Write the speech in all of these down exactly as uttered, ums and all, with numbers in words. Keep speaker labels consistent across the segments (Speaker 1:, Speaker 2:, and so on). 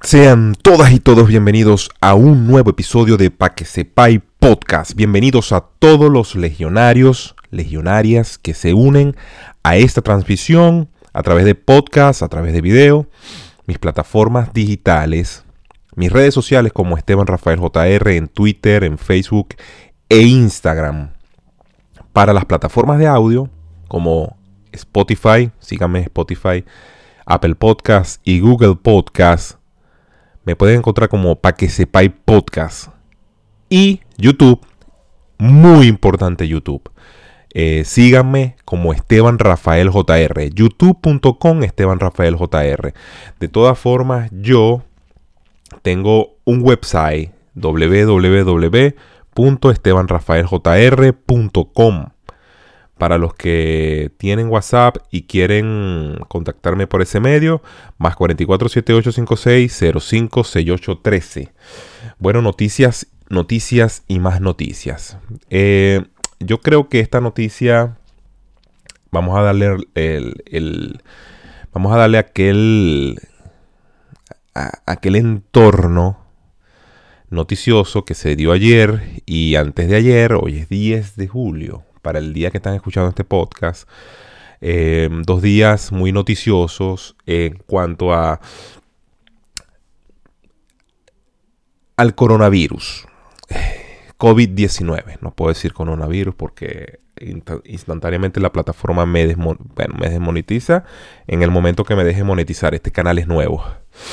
Speaker 1: Sean todas y todos bienvenidos a un nuevo episodio de Pa' que sepáis Podcast. Bienvenidos a todos los legionarios, legionarias que se unen a esta transmisión a través de podcast, a través de video, mis plataformas digitales, mis redes sociales como Esteban Rafael J R en Twitter, en Facebook e Instagram. Para las plataformas de audio como Spotify, síganme Spotify, Apple Podcast y Google Podcast. Me pueden encontrar como Pa' que sepáis Podcast. Y YouTube, muy importante YouTube. Eh, síganme como Esteban Rafael J R. youtube punto com Esteban Rafael J R. De todas formas, yo tengo un website w w w punto esteban rafael j r punto com. Para los que tienen WhatsApp y quieren contactarme por ese medio, más cuatro cuatro siete ocho cinco seis cero cinco seis ocho uno tres. Bueno, noticias, noticias y más noticias. Eh, yo creo que esta noticia, vamos a darle el, el, el vamos a darle aquel, a, aquel entorno noticioso que se dio ayer y antes de ayer. Hoy es diez de julio. Para el día que están escuchando este podcast, eh, dos días muy noticiosos en cuanto a al coronavirus, COVID diecinueve. No puedo decir coronavirus porque instantáneamente la plataforma me, desmo- bueno, me desmonetiza en el momento que me deje monetizar. Este canal es nuevo.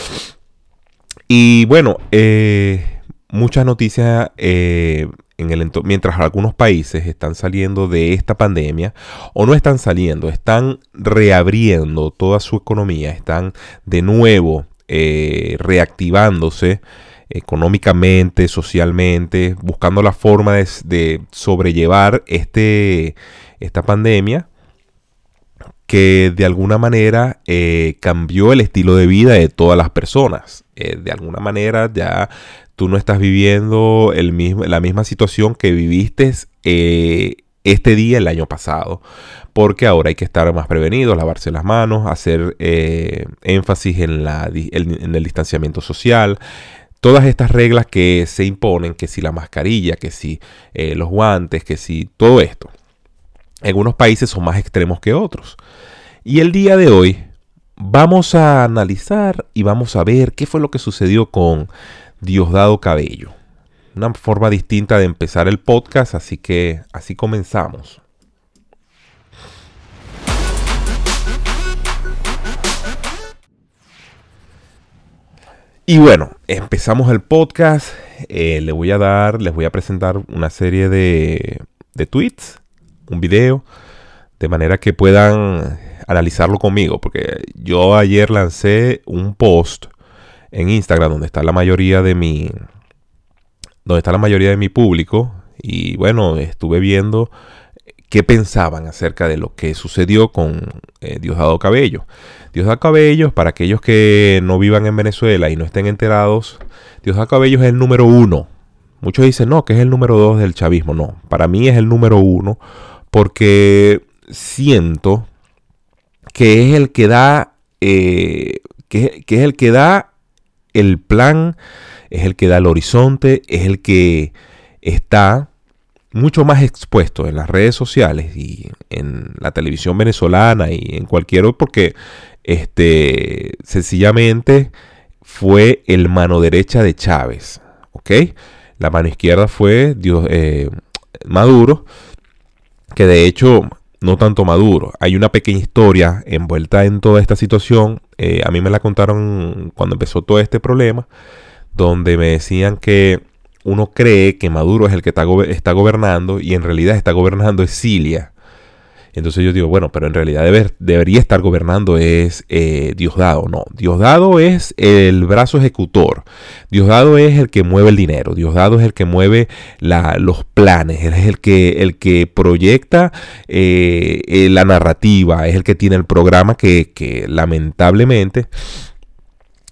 Speaker 1: Y bueno, eh, muchas noticias eh, en el ento- mientras algunos países están saliendo de esta pandemia o no están saliendo, están reabriendo toda su economía, están de nuevo eh, reactivándose económicamente, socialmente, buscando la forma de, de sobrellevar este, esta pandemia que de alguna manera eh, cambió el estilo de vida de todas las personas. Eh, de alguna manera ya tú no estás viviendo el mismo, la misma situación que viviste eh, este día el año pasado. Porque ahora hay que estar más prevenidos, lavarse las manos, hacer eh, énfasis en, la, en, en el distanciamiento social. Todas estas reglas que se imponen, que si la mascarilla, que si eh, los guantes, que si todo esto. Algunos países son más extremos que otros. Y el día de hoy vamos a analizar y vamos a ver qué fue lo que sucedió con Diosdado Cabello. Una forma distinta de empezar el podcast, así que así comenzamos. Y bueno, empezamos el podcast. Eh, le voy a dar, les voy a presentar una serie de, de tweets, un video, de manera que puedan analizarlo conmigo, porque yo ayer lancé un post en Instagram donde está la mayoría de mi donde está la mayoría de mi público y bueno, estuve viendo qué pensaban acerca de lo que sucedió con eh, Diosdado Cabello. Diosdado Cabello, para aquellos que no vivan en Venezuela y no estén enterados, Diosdado Cabello es el número uno. Muchos dicen, no, que es el número dos del chavismo. No, para mí es el número uno porque siento que es el que da, eh, que, que es el que da el plan, es el que da el horizonte, es el que está mucho más expuesto en las redes sociales y en la televisión venezolana y en cualquier otro, porque este, sencillamente fue el mano derecha de Chávez, ¿ok? La mano izquierda fue Dios, eh, Maduro, que de hecho no tanto Maduro. Hay una pequeña historia envuelta en toda esta situación. Eh, a mí me la contaron cuando empezó todo este problema, donde me decían que uno cree que Maduro es el que está, go- está gobernando y en realidad está gobernando es Cilia. Entonces yo digo, bueno, pero en realidad debe, debería estar gobernando es eh, Diosdado. No, Diosdado es el brazo ejecutor. Diosdado es el que mueve el dinero. Diosdado es el que mueve la, los planes. Él es el que, el que proyecta eh, eh, la narrativa. Es el que tiene el programa que, que lamentablemente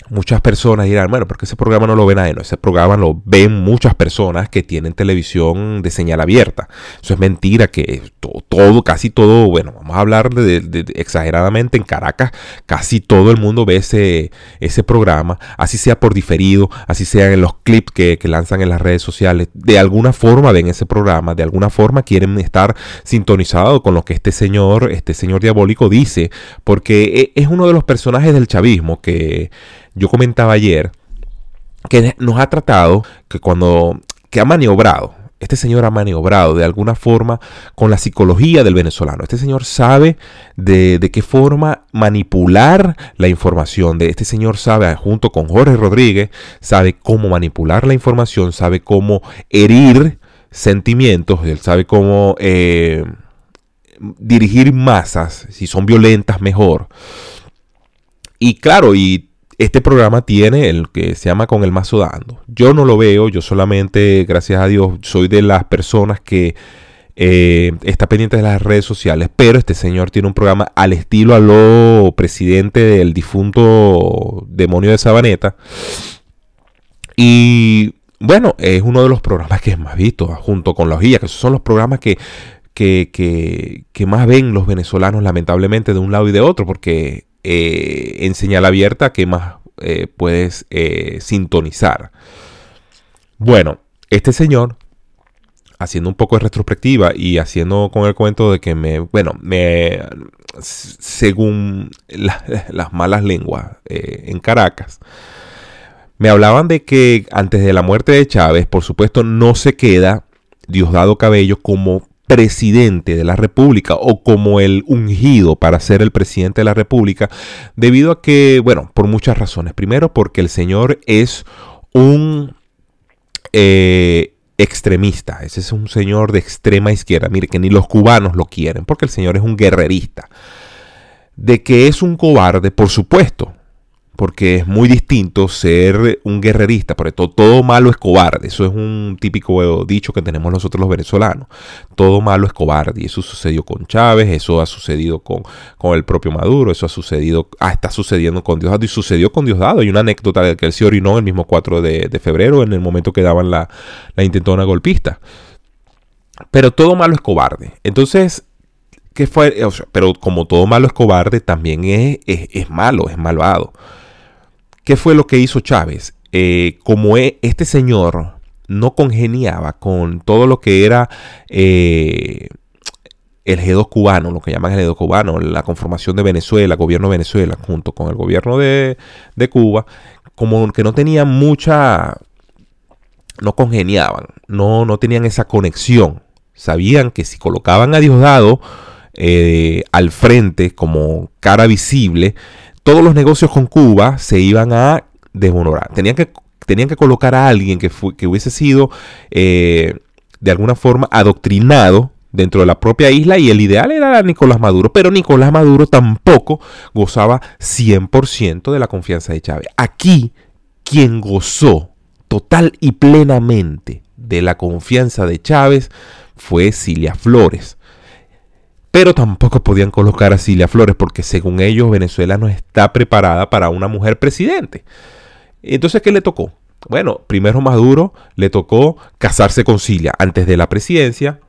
Speaker 1: Muchas personas dirán, bueno, porque ese programa no lo ve nadie. No, ese programa lo ven muchas personas que tienen televisión de señal abierta. Eso es mentira, que todo, todo casi todo, bueno, vamos a hablar de, de, de, exageradamente en Caracas, casi todo el mundo ve ese, ese programa, así sea por diferido, así sea en los clips que, que lanzan en las redes sociales. De alguna forma ven ese programa, de alguna forma quieren estar sintonizados con lo que este señor, este señor diabólico dice, porque es uno de los personajes del chavismo que yo comentaba ayer, que nos ha tratado, que cuando, que ha maniobrado, este señor ha maniobrado de alguna forma con la psicología del venezolano. Este señor sabe de, de qué forma manipular la información. De este señor sabe, junto con Jorge Rodríguez, sabe cómo manipular la información, sabe cómo herir sentimientos, él sabe cómo eh, dirigir masas, si son violentas mejor. Y claro, y este programa tiene el que se llama Con el Mazo Dando. Yo no lo veo, yo solamente, gracias a Dios, soy de las personas que eh, está pendiente de las redes sociales, pero este señor tiene un programa al estilo a lo presidente del difunto demonio de Sabaneta. Y bueno, es uno de los programas que es más visto, junto con Los Guías, que esos son los programas que, que, que, que más ven los venezolanos, lamentablemente, de un lado y de otro, porque Eh, en señal abierta que más eh, puedes eh, sintonizar. Bueno, este señor, haciendo un poco de retrospectiva y haciendo con el cuento de que me, bueno, me, según la, las malas lenguas eh, en Caracas, me hablaban de que antes de la muerte de Chávez, por supuesto, no se queda Diosdado Cabello como presidente de la República o como el ungido para ser el presidente de la República, debido a que, bueno, por muchas razones. Primero, porque el señor es un eh, extremista. Ese es un señor de extrema izquierda. Mire, que ni los cubanos lo quieren, porque el señor es un guerrerista. De que es un cobarde, por supuesto, porque es muy distinto ser un guerrerista, porque todo, todo malo es cobarde. Eso es un típico dicho que tenemos nosotros los venezolanos. Todo malo es cobarde. Y eso sucedió con Chávez, eso ha sucedido con, con el propio Maduro, eso ha sucedido, ah, está sucediendo con Diosdado y sucedió con Diosdado. Hay una anécdota de que él se orinó el mismo cuatro de, de febrero, en el momento que daban la, la intentona golpista. Pero todo malo es cobarde. Entonces, ¿qué fue? O sea, pero como todo malo es cobarde, también es, es, es malo, es malvado. ¿Qué fue lo que hizo Chávez? Eh, como este señor no congeniaba con todo lo que era eh, el G dos cubano, lo que llaman el G dos cubano, la conformación de Venezuela, gobierno de Venezuela, junto con el gobierno de, de Cuba, como que no tenían mucha, no congeniaban, no, no tenían esa conexión. Sabían que si colocaban a Diosdado eh, al frente como cara visible, todos los negocios con Cuba se iban a desmorontar. Tenían que, tenían que colocar a alguien que, fu- que hubiese sido eh, de alguna forma adoctrinado dentro de la propia isla, y el ideal era Nicolás Maduro, pero Nicolás Maduro tampoco gozaba cien por ciento de la confianza de Chávez. Aquí, quien gozó total y plenamente de la confianza de Chávez fue Cilia Flores. Pero tampoco podían colocar a Cilia Flores porque, según ellos, Venezuela no está preparada para una mujer presidente. Entonces, ¿qué le tocó? Bueno, primero Maduro le tocó casarse con Cilia antes de la presidencia.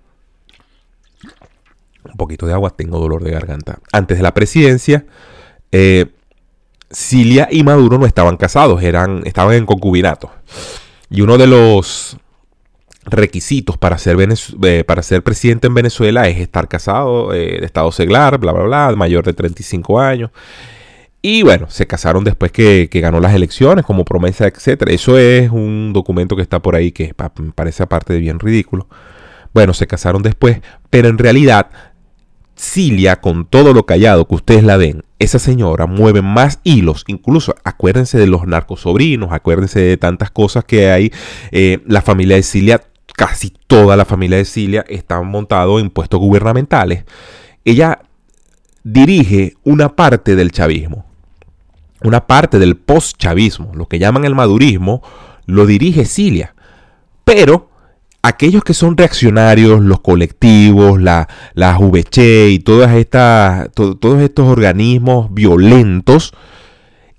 Speaker 1: Un poquito de agua, tengo dolor de garganta. Antes de la presidencia, eh, Cilia y Maduro no estaban casados, eran, estaban en concubinato. Y uno de los requisitos para ser, Venez- eh, para ser presidente en Venezuela es estar casado, eh, de estado seglar, bla, bla, bla, mayor de treinta y cinco años. Y bueno, se casaron después que, que ganó las elecciones como promesa, etcétera. Eso es un documento que está por ahí que pa- me parece aparte de bien ridículo. Bueno, se casaron después, pero en realidad Cilia, con todo lo callado que ustedes la ven, esa señora mueve más hilos. Incluso acuérdense de los narcosobrinos, acuérdense de tantas cosas que hay. Eh, la familia de Cilia, casi toda la familia de Cilia está montado en puestos gubernamentales. Ella dirige una parte del chavismo, una parte del post-chavismo, lo que llaman el madurismo, lo dirige Cilia. Pero aquellos que son reaccionarios, los colectivos, la, la V C y todas estas, to, todos estos organismos violentos,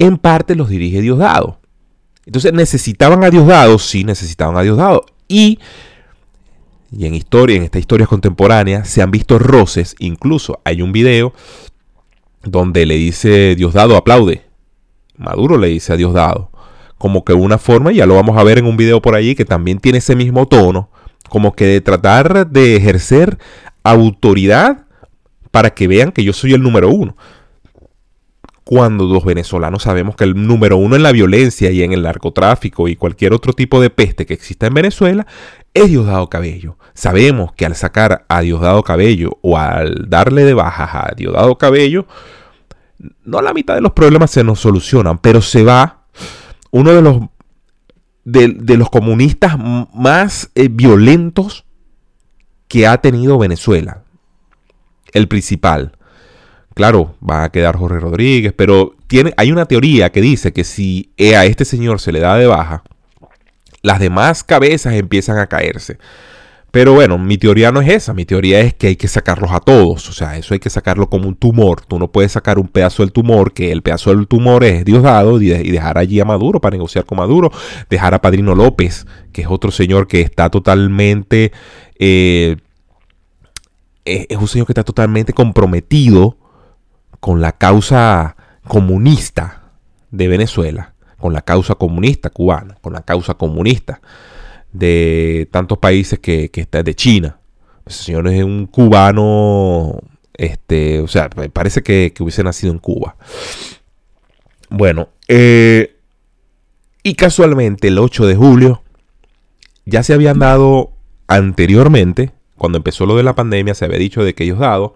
Speaker 1: en parte los dirige Diosdado. Entonces, ¿necesitaban a Diosdado? Sí, necesitaban a Diosdado. Y, y en historia, en estas historias contemporáneas, se han visto roces. Incluso hay un video donde le dice Diosdado, aplaude. Maduro le dice a Diosdado. Como que una forma, y ya lo vamos a ver en un video por allí, que también tiene ese mismo tono, como que de tratar de ejercer autoridad para que vean que yo soy el número uno. Cuando los venezolanos sabemos que el número uno en la violencia y en el narcotráfico y cualquier otro tipo de peste que exista en Venezuela es Diosdado Cabello. Sabemos que al sacar a Diosdado Cabello o al darle de bajas a Diosdado Cabello, no la mitad de los problemas se nos solucionan, pero se va uno de los, de, de los comunistas más eh, violentos que ha tenido Venezuela. El principal. Claro, va a quedar Jorge Rodríguez, pero tiene, hay una teoría que dice que si a este señor se le da de baja, las demás cabezas empiezan a caerse. Pero bueno, mi teoría no es esa. Mi teoría es que hay que sacarlos a todos. O sea, eso hay que sacarlo como un tumor. Tú no puedes sacar un pedazo del tumor, que el pedazo del tumor es Diosdado, y, de, y dejar allí a Maduro para negociar con Maduro. Dejar a Padrino López, que es otro señor que está totalmente... Eh, es un señor que está totalmente comprometido con la causa comunista de Venezuela, con la causa comunista cubana, con la causa comunista de tantos países que, que está de China. Ese señor es un cubano, este, o sea, parece que, que hubiese nacido en Cuba. Bueno, eh, y casualmente el ocho de julio ya se habían dado anteriormente, cuando empezó lo de la pandemia, se había dicho de que Diosdado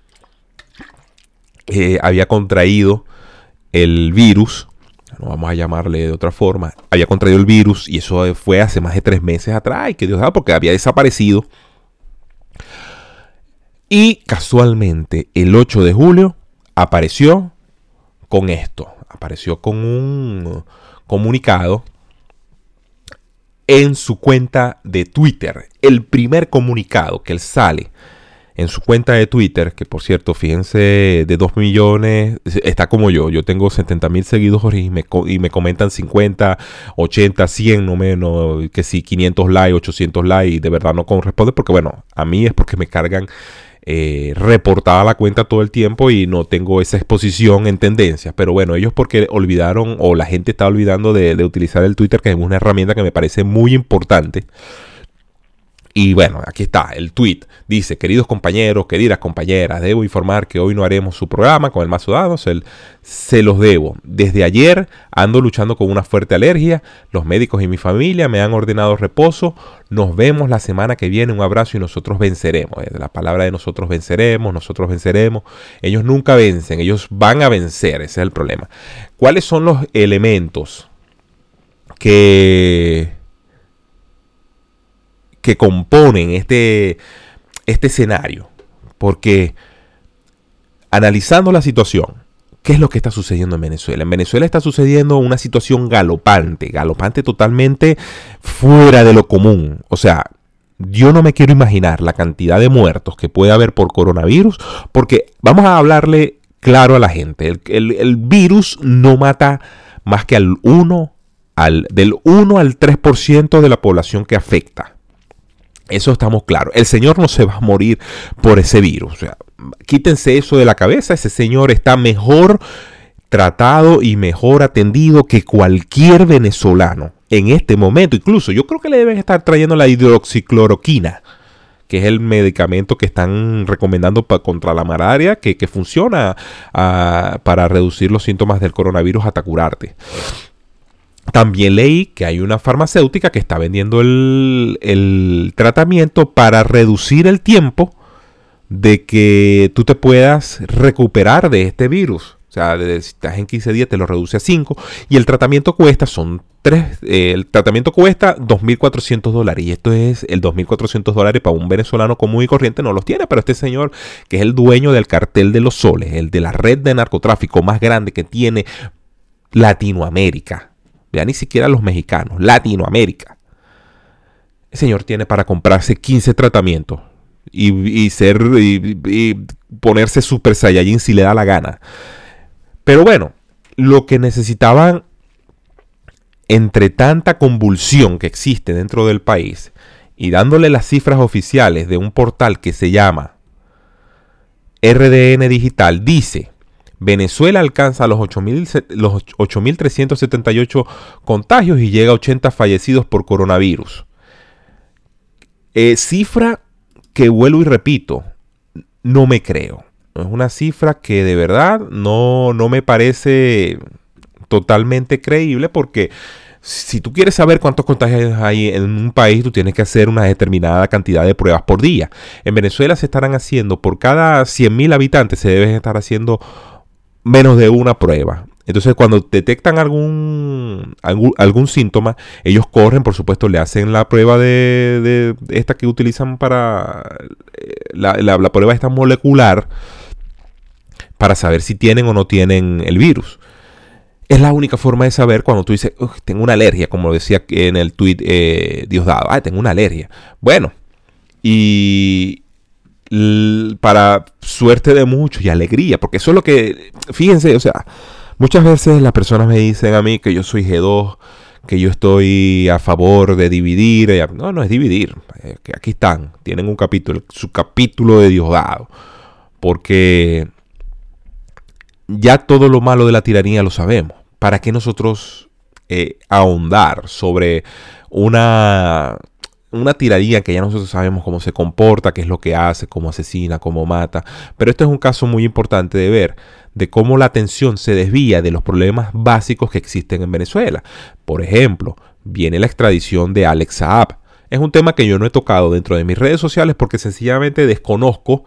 Speaker 1: eh, había contraído el virus. No vamos a llamarle de otra forma, había contraído el virus, y eso fue hace más de tres meses atrás, y que Diosdado, porque había desaparecido. Y casualmente el ocho de julio apareció con esto, apareció con un comunicado en su cuenta de Twitter. El primer comunicado que él sale en su cuenta de Twitter, que por cierto, fíjense, de dos millones, está como yo. Yo tengo setenta mil seguidores y me, y me comentan cincuenta, ochenta, cien, no menos, que si quinientos likes, ochocientos likes, y de verdad no corresponde, porque bueno, a mí es porque me cargan eh, reportada la cuenta todo el tiempo y no tengo esa exposición en tendencias. Pero bueno, ellos porque olvidaron, o la gente está olvidando de, de utilizar el Twitter, que es una herramienta que me parece muy importante. Y bueno, aquí está el tweet. Dice: queridos compañeros, queridas compañeras, debo informar que hoy no haremos su programa con el Mazo Dados. Se, se los debo. Desde ayer ando luchando con una fuerte alergia. Los médicos y mi familia me han ordenado reposo. Nos vemos la semana que viene. Un abrazo y nosotros venceremos. La palabra de nosotros venceremos, nosotros venceremos. Ellos nunca vencen, ellos van a vencer. Ese es el problema. ¿Cuáles son los elementos que... que componen este, este escenario? Porque analizando la situación, ¿qué es lo que está sucediendo en Venezuela? En Venezuela está sucediendo una situación galopante, galopante totalmente fuera de lo común. O sea, yo no me quiero imaginar la cantidad de muertos que puede haber por coronavirus, porque vamos a hablarle claro a la gente. El, el, el virus no mata más que al uno, al, del uno al tres por ciento de la población que afecta. Eso estamos claros. El señor no se va a morir por ese virus. O sea, quítense eso de la cabeza. Ese señor está mejor tratado y mejor atendido que cualquier venezolano en este momento. Incluso yo creo que le deben estar trayendo la hidroxicloroquina, que es el medicamento que están recomendando pa- contra la malaria, que, que funciona uh, para reducir los síntomas del coronavirus hasta curarte. También leí que hay una farmacéutica que está vendiendo el, el tratamiento para reducir el tiempo de que tú te puedas recuperar de este virus. O sea, de, si estás en quince días te lo reduce a cinco. Y el tratamiento cuesta, son tres, eh, el tratamiento cuesta dos mil cuatrocientos dólares. Y esto es el dos mil cuatrocientos dólares para un venezolano común y corriente, no los tiene. Pero este señor, que es el dueño del cartel de los soles, el de la red de narcotráfico más grande que tiene Latinoamérica, ya ni siquiera los mexicanos, Latinoamérica. El señor tiene para comprarse quince tratamientos y, y ser y, y ponerse Super Saiyajin si le da la gana. Pero bueno, lo que necesitaban, entre tanta convulsión que existe dentro del país, y dándole las cifras oficiales de un portal que se llama R D N Digital, dice: Venezuela alcanza los ocho mil trescientos setenta y ocho contagios y llega a ochenta fallecidos por coronavirus. Eh, cifra que, vuelvo y repito, no me creo. Es una cifra que de verdad no, no me parece totalmente creíble, porque si tú quieres saber cuántos contagios hay en un país, tú tienes que hacer una determinada cantidad de pruebas por día. En Venezuela se estarán haciendo, por cada cien mil habitantes, se deben estar haciendo menos de una prueba. Entonces, cuando detectan algún, algún, algún síntoma, ellos corren, por supuesto, le hacen la prueba de, de, de esta que utilizan para la, la, la prueba esta molecular, para saber si tienen o no tienen el virus. Es la única forma de saber cuando tú dices: tengo una alergia, como decía en el tweet eh, Diosdado. Ah, tengo una alergia. Bueno, y l- para suerte de muchos y alegría, porque eso es lo que, fíjense, o sea, muchas veces las personas me dicen a mí que yo soy G dos, que yo estoy a favor de dividir. No, no es dividir. Eh, que aquí están, tienen un capítulo, su capítulo de Diosdado, porque ya todo lo malo de la tiranía lo sabemos. ¿Para qué nosotros eh, ahondar sobre una, una tiranía que ya nosotros sabemos cómo se comporta, qué es lo que hace, cómo asesina, cómo mata? Pero este es un caso muy importante de ver, de cómo la atención se desvía de los problemas básicos que existen en Venezuela. Por ejemplo, viene la extradición de Alex Saab. Es un tema que yo no he tocado dentro de mis redes sociales porque sencillamente desconozco.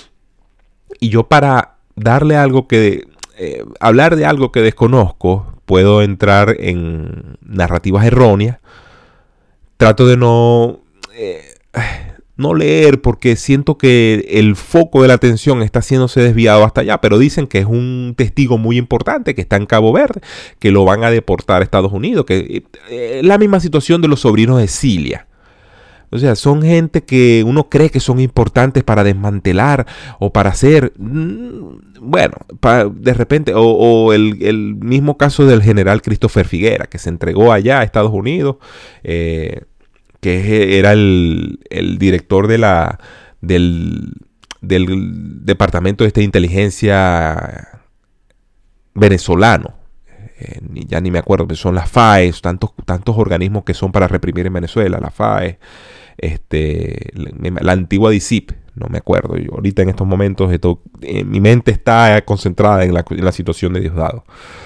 Speaker 1: Y yo, para darle algo que... Eh, hablar de algo que desconozco, puedo entrar en narrativas erróneas. Trato de no eh, no leer, porque siento que el foco de la atención está siéndose desviado hasta allá. Pero dicen que es un testigo muy importante, que está en Cabo Verde, que lo van a deportar a Estados Unidos, que es eh, la misma situación de los sobrinos de Cilia. O sea, son gente que uno cree que son importantes para desmantelar o para hacer, bueno, para, de repente, o, o el, el mismo caso del general Christopher Figuera, que se entregó allá a Estados Unidos, eh, que era el, el director de la, del, del departamento de, esta inteligencia venezolano. Eh, ya ni me acuerdo, pero son las F A E S, tantos, tantos organismos que son para reprimir en Venezuela, la F A E S, este, la, la antigua D I C I P, no me acuerdo. Yo ahorita en estos momentos esto, eh, mi mente está concentrada en la, en la situación de Diosdado.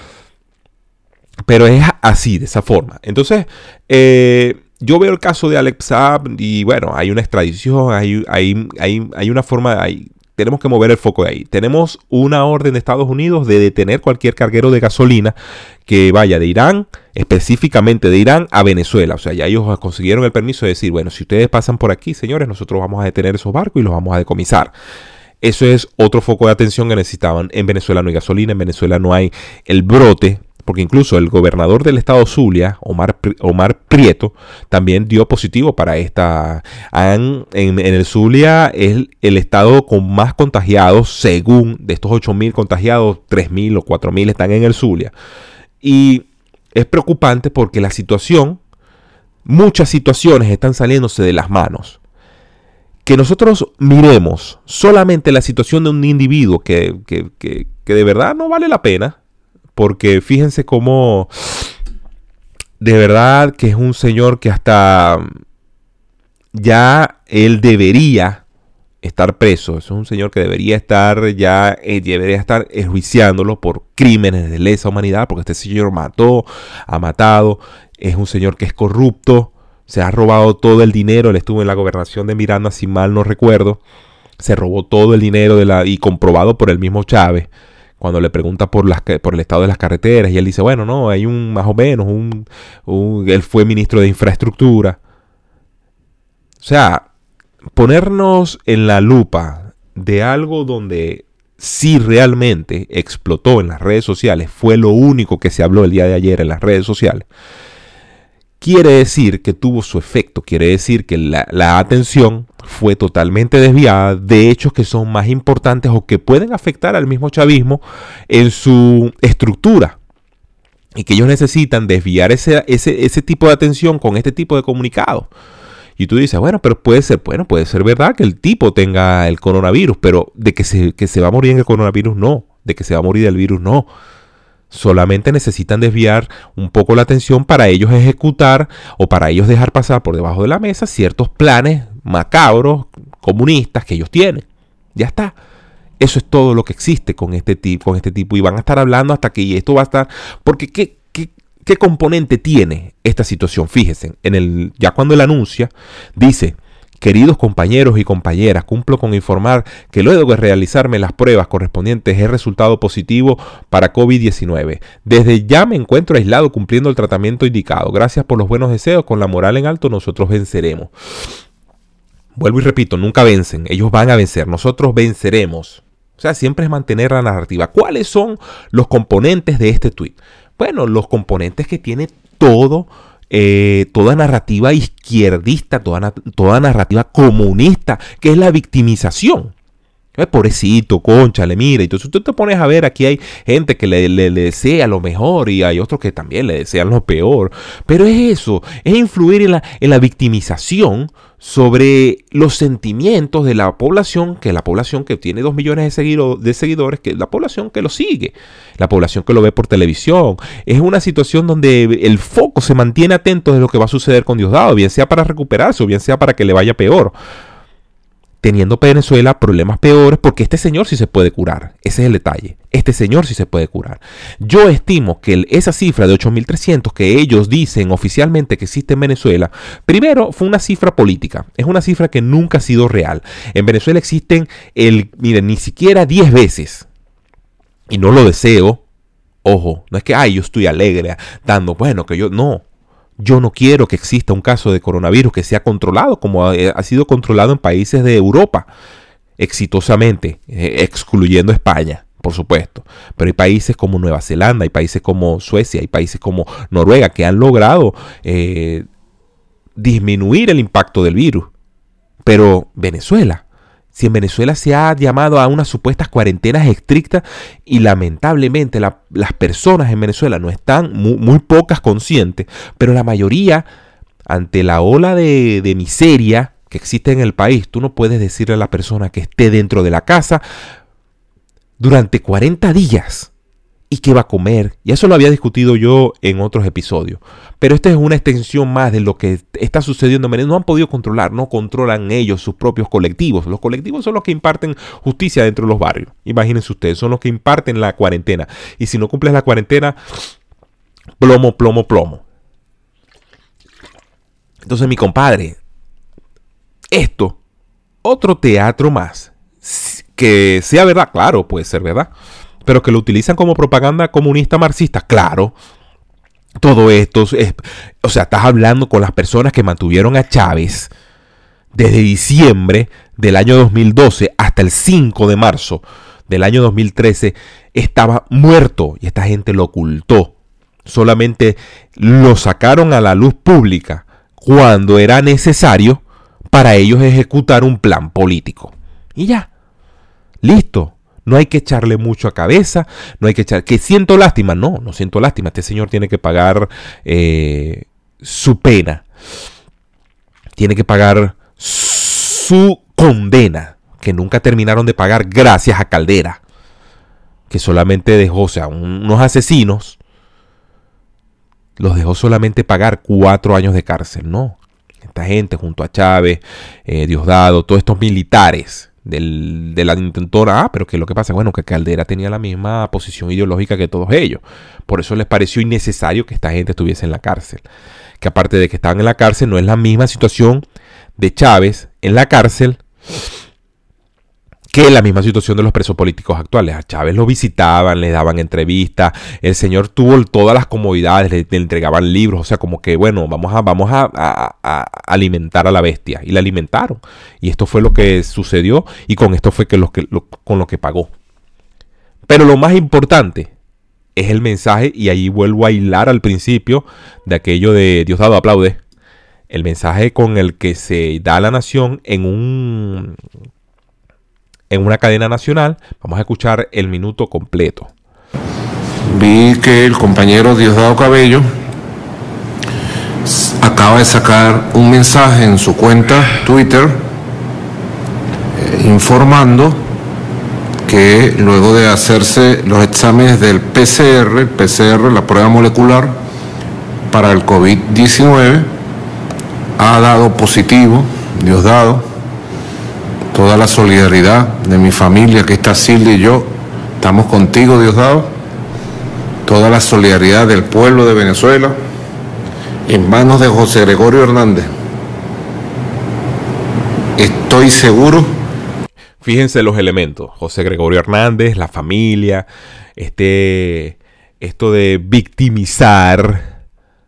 Speaker 1: Pero es así, de esa forma. Entonces, eh, yo veo el caso de Alex Saab y bueno, hay una extradición, hay, hay, hay, hay una forma, hay, tenemos que mover el foco de ahí. Tenemos una orden de Estados Unidos de detener cualquier carguero de gasolina que vaya de Irán, específicamente de Irán, a Venezuela. O sea, ya ellos consiguieron el permiso de decir: bueno, si ustedes pasan por aquí, señores, nosotros vamos a detener esos barcos y los vamos a decomisar. Eso es otro foco de atención que necesitaban. En Venezuela no hay gasolina, en Venezuela no hay el brote, porque incluso el gobernador del estado Zulia, Omar, Omar Prieto, también dio positivo para esta. Han, en, en el Zulia es el, el estado con más contagiados, según de estos ocho mil contagiados, tres mil o cuatro mil están en el Zulia. Y es preocupante porque la situación, muchas situaciones están saliéndose de las manos. Que nosotros miremos solamente la situación de un individuo que, que, que, que de verdad no vale la pena. Porque fíjense cómo de verdad que es un señor que hasta ya él debería estar preso. Es un señor que debería estar ya, eh, debería estar enjuiciándolo por crímenes de lesa humanidad, porque este señor mató, ha matado, es un señor que es corrupto, se ha robado todo el dinero. Él estuvo en la gobernación de Miranda, si mal no recuerdo, se robó todo el dinero de la, y comprobado por el mismo Chávez. Cuando le pregunta por, las, por el estado de las carreteras, y él dice: bueno, no, hay un más o menos, un, un, él fue ministro de infraestructura. O sea, ponernos en la lupa de algo donde sí realmente explotó en las redes sociales, fue lo único que se habló el día de ayer en las redes sociales, quiere decir que tuvo su efecto, quiere decir que la, la atención fue totalmente desviada de hechos que son más importantes o que pueden afectar al mismo chavismo en su estructura. y que ellos necesitan desviar ese, ese, ese tipo de atención con este tipo de comunicados. Y tú dices, bueno, pero puede ser, bueno, puede ser verdad que el tipo tenga el coronavirus, pero de que se, que se va a morir en el coronavirus, no. De que se va a morir del virus, no. Solamente necesitan desviar un poco la atención para ellos ejecutar o para ellos dejar pasar por debajo de la mesa ciertos planes macabros, comunistas que ellos tienen. Ya está. Eso es todo lo que existe con este tipo, con este tipo. Y van a estar hablando hasta que esto va a estar... Porque ¿qué, qué, qué componente tiene esta situación? Fíjense, en el, ya cuando él anuncia, dice... Queridos compañeros y compañeras, cumplo con informar que luego de realizarme las pruebas correspondientes he resultado positivo para COVID diecinueve. Desde ya me encuentro aislado cumpliendo el tratamiento indicado. Gracias por los buenos deseos. Con la moral en alto nosotros venceremos. Vuelvo y repito, nunca vencen. Ellos van a vencer. Nosotros venceremos. O sea, siempre es mantener la narrativa. ¿Cuáles son los componentes de este tuit? Bueno, los componentes que tiene todo... Eh, toda narrativa izquierdista, toda, toda narrativa comunista, que es la victimización. Eh, pobrecito, cónchale, mira. Entonces tú te pones a ver, aquí hay gente que le, le, le desea lo mejor y hay otros que también le desean lo peor. Pero es eso, es influir en la, en la victimización sobre los sentimientos de la población, que es la población que tiene dos millones de, seguido, de seguidores, que es la población que lo sigue, la población que lo ve por televisión. Es una situación donde el foco se mantiene atento de lo que va a suceder con Diosdado, bien sea para recuperarse o bien sea para que le vaya peor. Teniendo Venezuela problemas peores, porque este señor sí se puede curar. Ese es el detalle. Este señor sí se puede curar. Yo estimo que el, esa cifra de ocho mil trescientos que ellos dicen oficialmente que existe en Venezuela, primero fue una cifra política. Es una cifra que nunca ha sido real. En Venezuela existen, el, miren, ni siquiera diez veces. Y no lo deseo. Ojo, no es que, ay, yo estoy alegre dando, bueno, que yo, no. Yo no quiero que exista un caso de coronavirus que sea controlado como ha, ha sido controlado en países de Europa exitosamente, eh, excluyendo España, por supuesto. Pero hay países como Nueva Zelanda, hay países como Suecia, hay países como Noruega que han logrado eh, disminuir el impacto del virus. Pero Venezuela, si en Venezuela se ha llamado a unas supuestas cuarentenas estrictas y lamentablemente la, las personas en Venezuela no están, muy, muy pocas conscientes, pero la mayoría, ante la ola de, de miseria que existe en el país, tú no puedes decirle a la persona que esté dentro de la casa durante cuarenta días y qué va a comer. Y eso lo había discutido yo en otros episodios. Pero esta es una extensión más de lo que está sucediendo en Venezuela. No han podido controlar, no controlan ellos sus propios colectivos. Los colectivos son los que imparten justicia dentro de los barrios. Imagínense ustedes, son los que imparten la cuarentena. Y si no cumples la cuarentena, plomo, plomo, plomo. Entonces, mi compadre, esto, otro teatro más. Que sea verdad, claro, puede ser verdad. Pero que lo utilizan como propaganda comunista marxista, claro. Todo esto, es, o sea, estás hablando con las personas que mantuvieron a Chávez desde diciembre del año dos mil doce hasta el cinco de marzo del año dos mil trece, estaba muerto y esta gente lo ocultó. Solamente lo sacaron a la luz pública cuando era necesario para ellos ejecutar un plan político. Y ya, listo. No hay que echarle mucho a cabeza, no hay que echar... ¿Que siento lástima? No, no siento lástima. Este señor tiene que pagar eh, su pena. Tiene que pagar su condena, que nunca terminaron de pagar gracias a Caldera, que solamente dejó, o sea, un, unos asesinos, los dejó solamente pagar cuatro años de cárcel. No, esta gente junto a Chávez, eh, Diosdado, todos estos militares... Del, de la intentona, ah, pero que lo que pasa, bueno, que Caldera tenía la misma posición ideológica que todos ellos. Por eso les pareció innecesario que esta gente estuviese en la cárcel. Que aparte de que estaban en la cárcel, no es la misma situación de Chávez en la cárcel que la misma situación de los presos políticos actuales. A Chávez lo visitaban, le daban entrevistas, el señor tuvo todas las comodidades, le, le entregaban libros, o sea, como que, bueno, vamos a, vamos a, a, a alimentar a la bestia. Y la alimentaron. Y esto fue lo que sucedió y con esto fue que lo que, lo, con lo que pagó. Pero lo más importante es el mensaje, y ahí vuelvo a hilar al principio de aquello de Diosdado aplaude, el mensaje con el que se da a la nación en un... en una cadena nacional. Vamos a escuchar el minuto completo.
Speaker 2: vi que el compañero Diosdado Cabello acaba de sacar un mensaje en su cuenta Twitter eh, informando que luego de hacerse los exámenes del P C R, el P C R, la prueba molecular para el COVID diecinueve, ha dado positivo. Diosdado, toda la solidaridad de mi familia, que está Silvia y yo, estamos contigo, Diosdado, toda la solidaridad del pueblo de Venezuela, en manos de José Gregorio Hernández. Estoy seguro.
Speaker 1: Fíjense los elementos. José Gregorio Hernández, la familia, este, esto de victimizar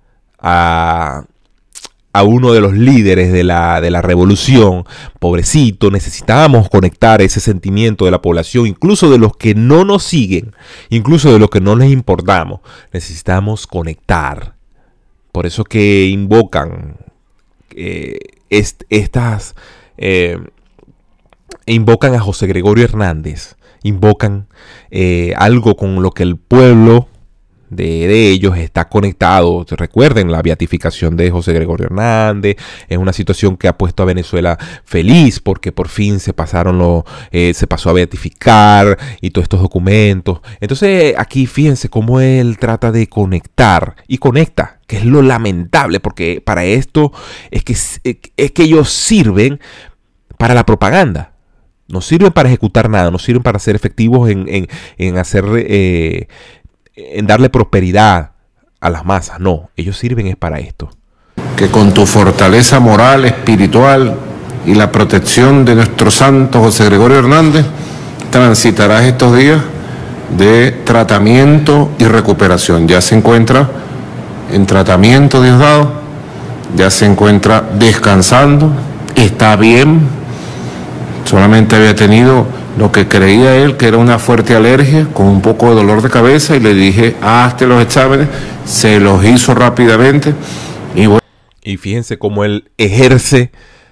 Speaker 1: a, a uno de los líderes de la, de la revolución. Pobrecito, necesitábamos conectar ese sentimiento de la población, incluso de los que no nos siguen, incluso de los que no les importamos. Necesitamos conectar. Por eso que invocan eh, est estas... Eh, invocan a José Gregorio Hernández, invocan eh, algo con lo que el pueblo de, de ellos está conectado. Recuerden la beatificación de José Gregorio Hernández, es una situación que ha puesto a Venezuela feliz porque por fin se pasaron lo, eh, se pasó a beatificar y todos estos documentos. Entonces aquí fíjense cómo él trata de conectar y conecta, que es lo lamentable, porque para esto es que, es que ellos sirven para la propaganda. No sirven para ejecutar nada, no sirven para ser efectivos en, en, en hacer, eh, en darle prosperidad a las masas. No, ellos sirven es para esto.
Speaker 2: Que con tu fortaleza moral, espiritual y la protección de nuestro santo José Gregorio Hernández, transitarás estos días de tratamiento y recuperación. Ya se encuentra en tratamiento, Diosdado, ya se encuentra descansando, está bien. Solamente había tenido lo que creía él que era una fuerte alergia con un poco de dolor de cabeza y le dije, hazte los exámenes, se los hizo rápidamente. Y, bueno.
Speaker 1: Y fíjense cómo él ejerce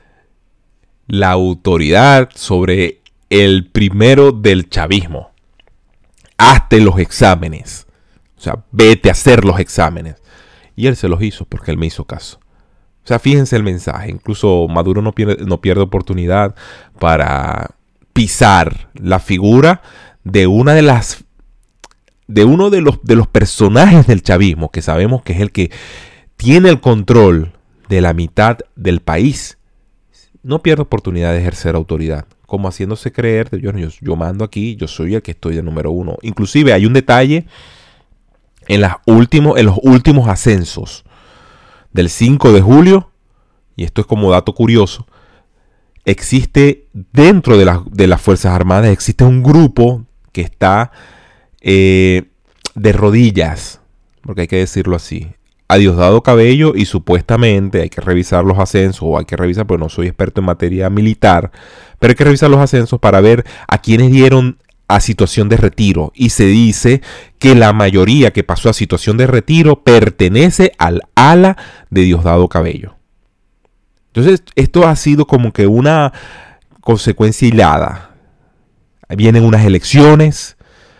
Speaker 1: la autoridad sobre el primero del chavismo. Hazte los exámenes, o sea, vete a hacer los exámenes. Y él se los hizo porque él me hizo caso. O sea, fíjense el mensaje. Incluso Maduro no pierde, no pierde oportunidad para pisar la figura de una de las de uno de los de los personajes del chavismo, que sabemos que es el que tiene el control de la mitad del país. No pierde oportunidad de ejercer autoridad, como haciéndose creer de yo, yo, yo mando aquí, yo soy el que estoy de número uno. Inclusive hay un detalle en, las últimos, en los últimos ascensos del cinco de julio, y esto es como dato curioso, existe dentro de, la, de las Fuerzas Armadas, existe un grupo que está eh, de rodillas, porque hay que decirlo así, a Diosdado Cabello, y supuestamente hay que revisar los ascensos, o hay que revisar, porque no soy experto en materia militar, pero hay que revisar los ascensos para ver a quienes dieron a situación de retiro, y se dice que la mayoría que pasó a situación de retiro pertenece al ala de Diosdado Cabello. Entonces esto ha sido como que una consecuencia hilada. Vienen unas elecciones,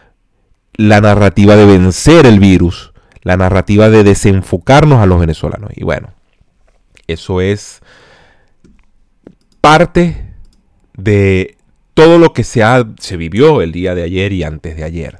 Speaker 1: la narrativa de vencer el virus, la narrativa de desenfocarnos a los venezolanos, y bueno, eso es parte de todo lo que se, ha, se vivió el día de ayer y antes de ayer.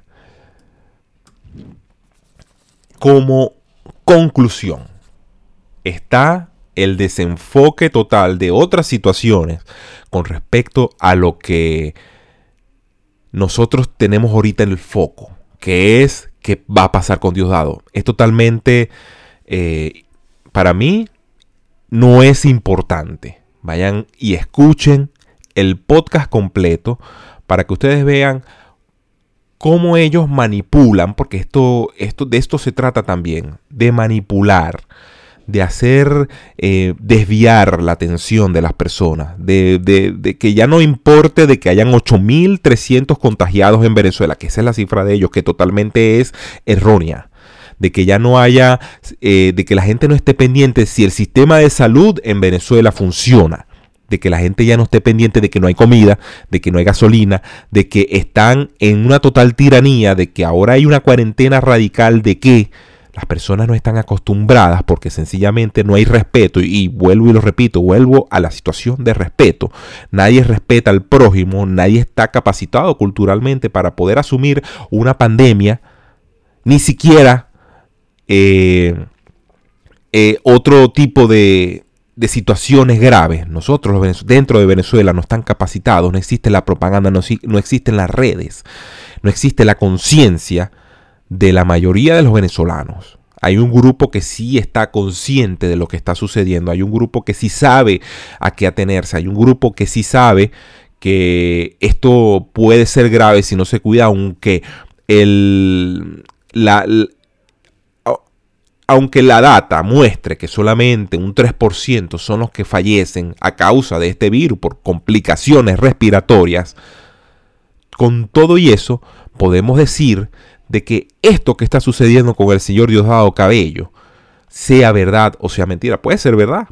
Speaker 1: Como conclusión, está el desenfoque total de otras situaciones con respecto a lo que nosotros tenemos ahorita en el foco, que es qué va a pasar con Diosdado. Es totalmente, eh, para mí, no es importante. Vayan y escuchen el podcast completo para que ustedes vean cómo ellos manipulan, porque esto, esto, de esto se trata también, de manipular, de hacer eh, desviar la atención de las personas, de, de, de que ya no importe de que hayan ocho mil trescientos contagiados en Venezuela, que esa es la cifra de ellos, que totalmente es errónea, de que ya no haya, eh, de que la gente no esté pendiente si el sistema de salud en Venezuela funciona. de que la gente ya no esté pendiente de que no hay comida, de que no hay gasolina, de que están en una total tiranía, de que ahora hay una cuarentena radical, de que las personas no están acostumbradas porque sencillamente no hay respeto. Y, y vuelvo y lo repito, vuelvo a la situación de respeto. Nadie respeta al prójimo, nadie está capacitado culturalmente para poder asumir una pandemia, ni siquiera eh, eh, otro tipo de, de situaciones graves. Nosotros los dentro de Venezuela no están capacitados, no existe la propaganda, no, no existen las redes, no existe la conciencia de la mayoría de los venezolanos. Hay un grupo que sí está consciente de lo que está sucediendo. Hay un grupo que sí sabe a qué atenerse. Hay un grupo que sí sabe que esto puede ser grave si no se cuida, aunque el, la, la, aunque la data muestre que solamente un tres por ciento son los que fallecen a causa de este virus por complicaciones respiratorias. Con todo y eso, podemos decir de que esto que está sucediendo con el señor Diosdado Cabello, sea verdad o sea mentira, puede ser verdad.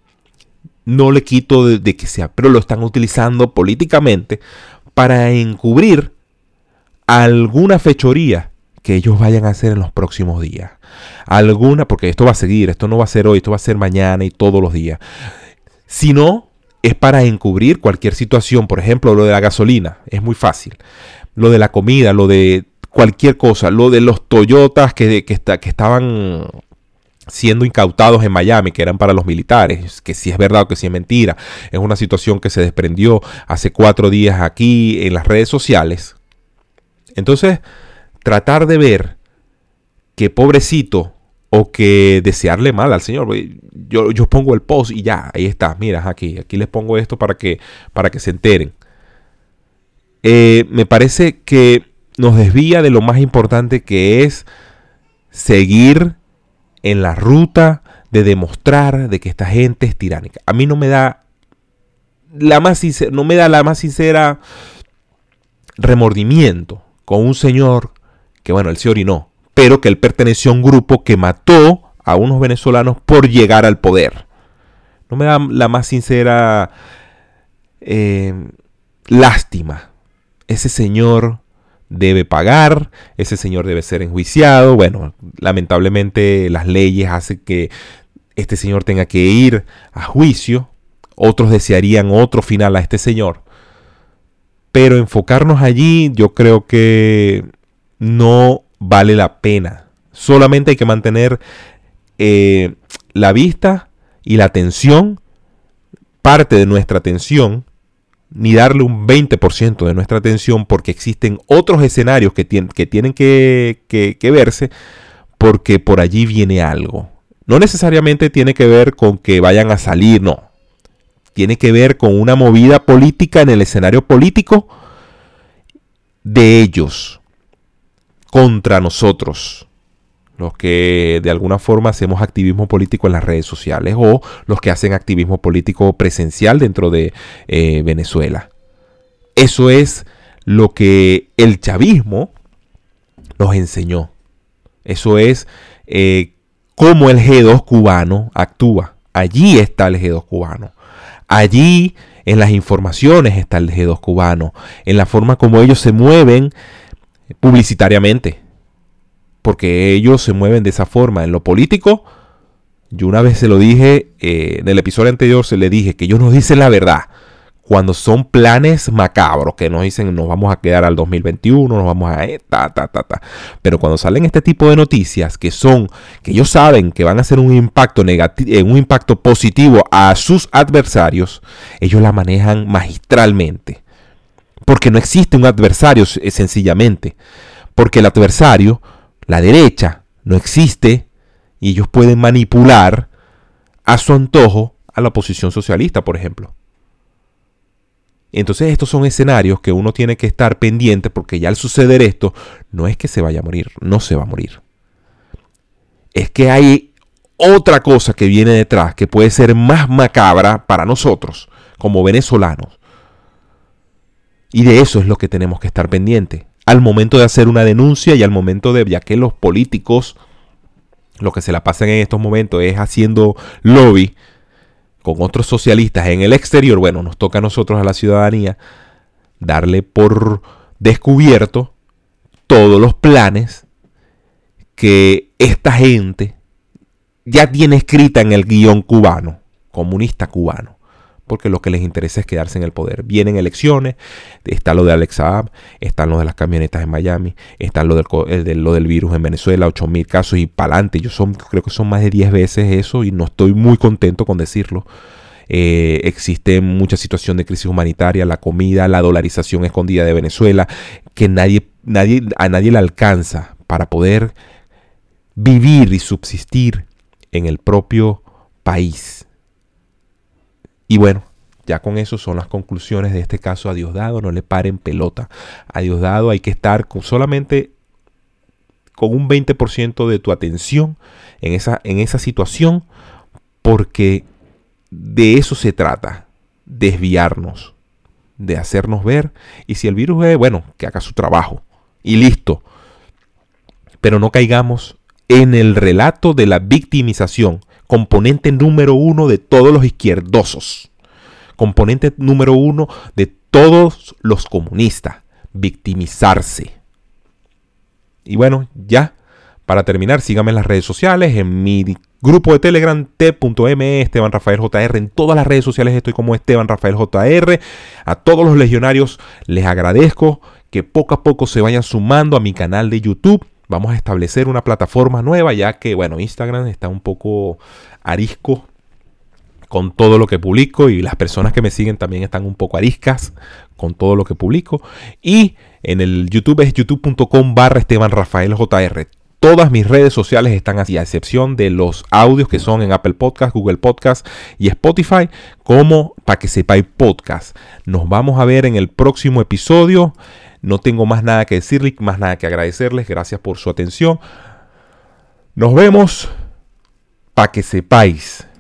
Speaker 1: No le quito de, de que sea, pero lo están utilizando políticamente para encubrir alguna fechoría que ellos vayan a hacer en los próximos días. Alguna, porque esto va a seguir, esto no va a ser hoy, esto va a ser mañana y todos los días. Si no, es para encubrir cualquier situación. Por ejemplo, lo de la gasolina, es muy fácil. Lo de la comida, lo de cualquier cosa, lo de los Toyotas que, que, está, que estaban siendo incautados en Miami, que eran para los militares, que si es verdad o que si es mentira, es una situación que se desprendió hace cuatro días aquí en las redes sociales. Entonces, tratar de ver que pobrecito o que desearle mal al señor, yo, yo pongo el post y ya, ahí está, mira, aquí, aquí les pongo esto para que, para que se enteren. Eh, me parece que nos desvía de lo más importante, que es seguir en la ruta de demostrar de que esta gente es tiránica. A mí no me da la más sincera, no me da la más sincera remordimiento con un señor que, bueno, él se orinó, pero que él perteneció a un grupo que mató a unos venezolanos por llegar al poder. No me da la más sincera eh, lástima. Ese señor debe pagar, ese señor debe ser enjuiciado. Bueno, lamentablemente las leyes hacen que este señor tenga que ir a juicio. Otros desearían otro final a este señor. Pero enfocarnos allí, yo creo que no vale la pena. Solamente hay que mantener eh, la vista y la atención, parte de nuestra atención, ni darle un veinte por ciento de nuestra atención, porque existen otros escenarios que, tien, que tienen que, que, que verse, porque por allí viene algo. No necesariamente tiene que ver con que vayan a salir, no. Tiene que ver con una movida política en el escenario político de ellos contra nosotros, los que de alguna forma hacemos activismo político en las redes sociales, o los que hacen activismo político presencial dentro de eh, Venezuela. Eso es lo que el chavismo nos enseñó. Eso es eh, cómo el G dos cubano actúa. Allí está el G dos cubano. Allí en las informaciones está el G dos cubano. En la forma como ellos se mueven publicitariamente. Porque ellos se mueven de esa forma. En lo político, yo una vez se lo dije, eh, en el episodio anterior se le dije que ellos nos dicen la verdad. Cuando son planes macabros, que nos dicen nos vamos a quedar al dos mil veintiuno, nos vamos a... Eh, ta, ta, ta, ta. Pero cuando salen este tipo de noticias que son, que ellos saben que van a hacer un impacto negativo, un impacto positivo a sus adversarios, ellos la manejan magistralmente. Porque no existe un adversario sencillamente. Porque el adversario, la derecha, no existe y ellos pueden manipular a su antojo a la oposición socialista, por ejemplo. Entonces estos son escenarios que uno tiene que estar pendiente, porque ya al suceder esto, no es que se vaya a morir, no se va a morir. Es que hay otra cosa que viene detrás que puede ser más macabra para nosotros como venezolanos. Y de eso es lo que tenemos que estar pendiente al momento de hacer una denuncia y al momento de, ya que los políticos lo que se la pasan en estos momentos es haciendo lobby con otros socialistas en el exterior, bueno, nos toca a nosotros, a la ciudadanía, darle por descubierto todos los planes que esta gente ya tiene escrita en el guión cubano, comunista cubano, porque lo que les interesa es quedarse en el poder. Vienen elecciones, está lo de Alex Saab, están lo de las camionetas en Miami, está lo del, el de, lo del virus en Venezuela, ocho mil casos y para adelante. Yo son, creo que son más de diez veces eso y no estoy muy contento con decirlo. Eh, existe mucha situación de crisis humanitaria, la comida, la dolarización escondida de Venezuela, que nadie, nadie, a nadie le alcanza para poder vivir y subsistir en el propio país. Y bueno, ya con eso son las conclusiones de este caso a Diosdado. No le paren pelota. A Diosdado hay que estar con solamente con un veinte por ciento de tu atención en esa, en esa situación, porque de eso se trata, desviarnos, de hacernos ver. Y si el virus es, bueno, que haga su trabajo y listo. Pero no caigamos en el relato de la victimización, componente número uno de todos los izquierdosos, componente número uno de todos los comunistas, victimizarse. Y bueno, ya, para terminar, síganme en las redes sociales, en mi grupo de Telegram, t punto m e Esteban Rafael J R, en todas las redes sociales estoy como Esteban Rafael J R. A todos los legionarios les agradezco que poco a poco se vayan sumando a mi canal de YouTube. Vamos a establecer una plataforma nueva, ya que, bueno, Instagram está un poco arisco con todo lo que publico y las personas que me siguen también están un poco ariscas con todo lo que publico. Y en el YouTube es youtube punto com barra Esteban Rafael J R. Todas mis redes sociales están así, a excepción de los audios que son en Apple Podcast, Google Podcast y Spotify, como Para que sepáis podcast. Nos vamos a ver en el próximo episodio. No tengo más nada que decirles, más nada que agradecerles. Gracias por su atención. Nos vemos. Para que sepáis.